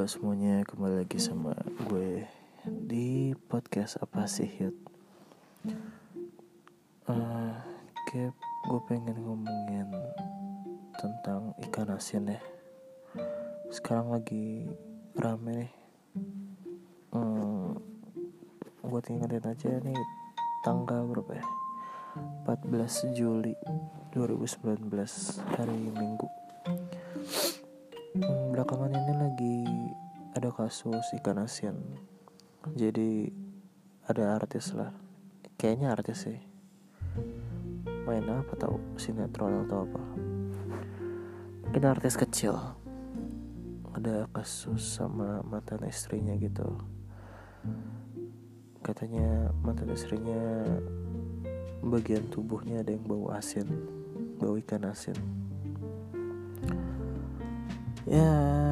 Halo semuanya, kembali lagi sama gue di podcast Apa Sih Yud. Kayak gue pengen ngomongin tentang ikan asin ya. Sekarang lagi rame nih. Gue ingetin aja nih tanggal berapa ya, 14 Juli 2019, hari Minggu. Belakangan ini lagi ada kasus ikan asin. Jadi ada artis lah, kayaknya artis sih, main apa tahu, sinetron atau apa, mungkin artis kecil. Ada kasus sama mantan istrinya gitu. Katanya mantan istrinya bagian tubuhnya ada yang bau asin, bau ikan asin. Ya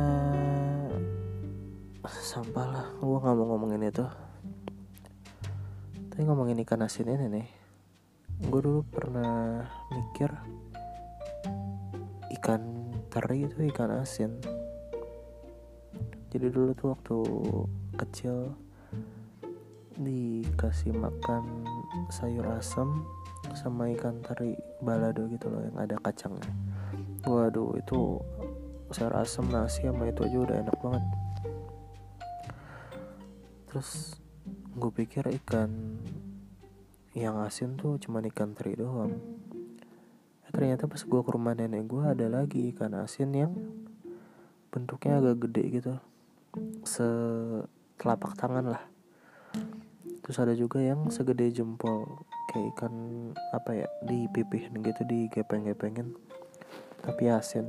sampah lah, gue gak mau ngomongin itu. Tapi ngomongin ikan asin ini nih, gue dulu pernah mikir ikan teri itu ikan asin. Jadi dulu tuh waktu kecil dikasih makan sayur asam sama ikan teri balado gitu loh, yang ada kacangnya. Waduh, itu sayur asam nasi sama itu aja udah enak banget. Terus gue pikir ikan yang asin tuh cuma ikan teri doang. Ternyata pas gue ke rumah nenek gue ada lagi ikan asin yang bentuknya agak gede gitu, setelapak tangan lah. Terus ada juga yang segede jempol, kayak ikan apa ya, dipipihin gitu, digepeng-gepengin, tapi asin.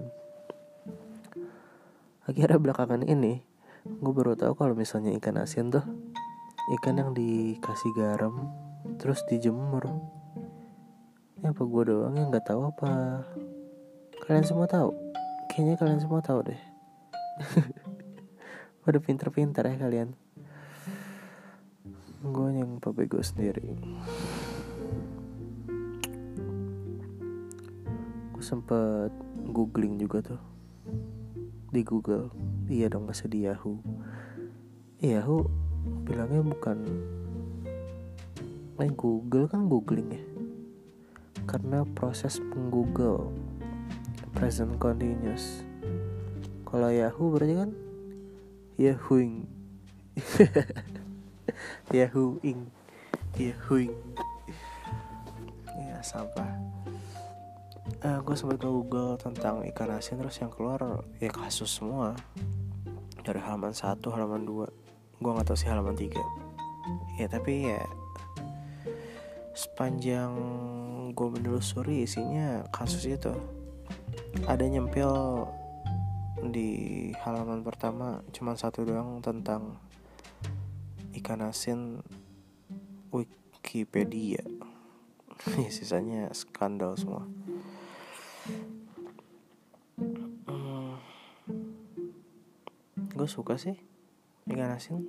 Akhirnya belakangan ini gue baru tahu kalau misalnya ikan asin tuh ikan yang dikasih garam terus dijemur. Ini apa gue doang yang nggak tahu apa kalian semua tahu? Kayaknya kalian semua tahu deh. Udah pinter-pinter ya kalian. Gue yang pabego sendiri. Gue sempet googling juga tuh di Google. Iya dong, masa di Yahoo. Yahoo bilangnya bukan Google, kan googling ya, karena proses menggoogle present continuous. Kalau Yahoo berarti kan Yahooing. Yahooing. Ya sampah. Gue sempat Google tentang ikan asin, terus yang keluar ya kasus semua. Dari halaman 1, halaman 2, gue gak tahu sih halaman 3. Ya tapi ya sepanjang gue menelusuri isinya kasus itu. Ada nyempil di halaman pertama cuma 1 doang tentang ikan asin Wikipedia. Sisanya skandal semua. Gue suka sih ikan asin.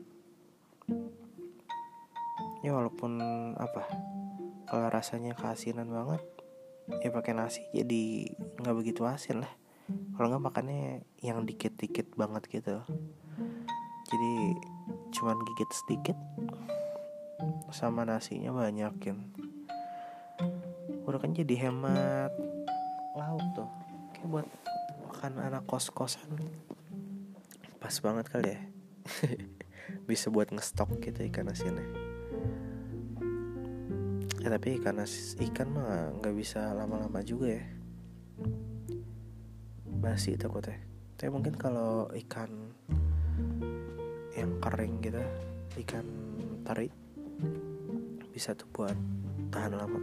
Ya walaupun apa, kalau rasanya keasinan banget, ya pakai nasi jadi nggak begitu asin lah. Kalau nggak makannya yang dikit-dikit banget gitu. Jadi cuman gigit sedikit, sama nasinya banyakin. Udah kan jadi hemat lauk tuh. Kayak buat makan anak kos-kosan pas banget kali ya. Bisa buat ngestok gitu ikan asinnya. Ya tapi ikan mah nggak bisa lama-lama juga ya, basi takutnya. Tapi mungkin kalau ikan yang kering gitu, ikan teri, bisa tuh buat tahan lama.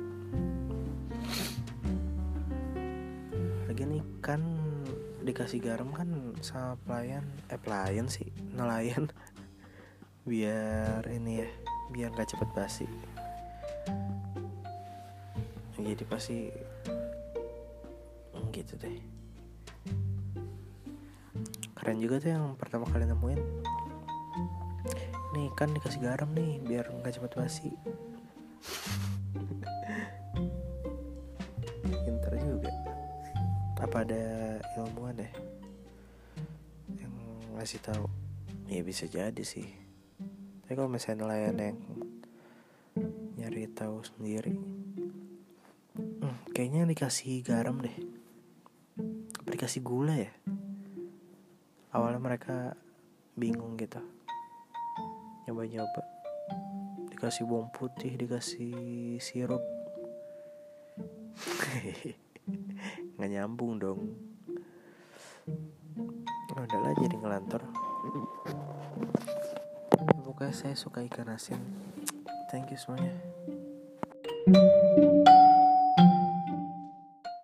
Lagian ikan dikasih garam kan sama nelayan biar ini ya, biar gak cepet basi. Jadi pasti gitu deh. Keren juga tuh yang pertama kali nemuin. Nih ikan dikasih garam nih biar gak cepet basi. Pinter juga. Apa ada ilmuwan deh yang ngasih tahu Ya bisa jadi sih. Tapi kalau misalnya nelayan yang nyari tahu sendiri, kayaknya dikasih garam deh. Apa dikasih gula ya? Awalnya mereka bingung gitu, nyoba-nyoba, dikasih bawang putih, dikasih sirup. Nggak nyambung dong. Udahlah jadi ngelantur. Pokoknya saya suka ikan asin. Thank you semuanya.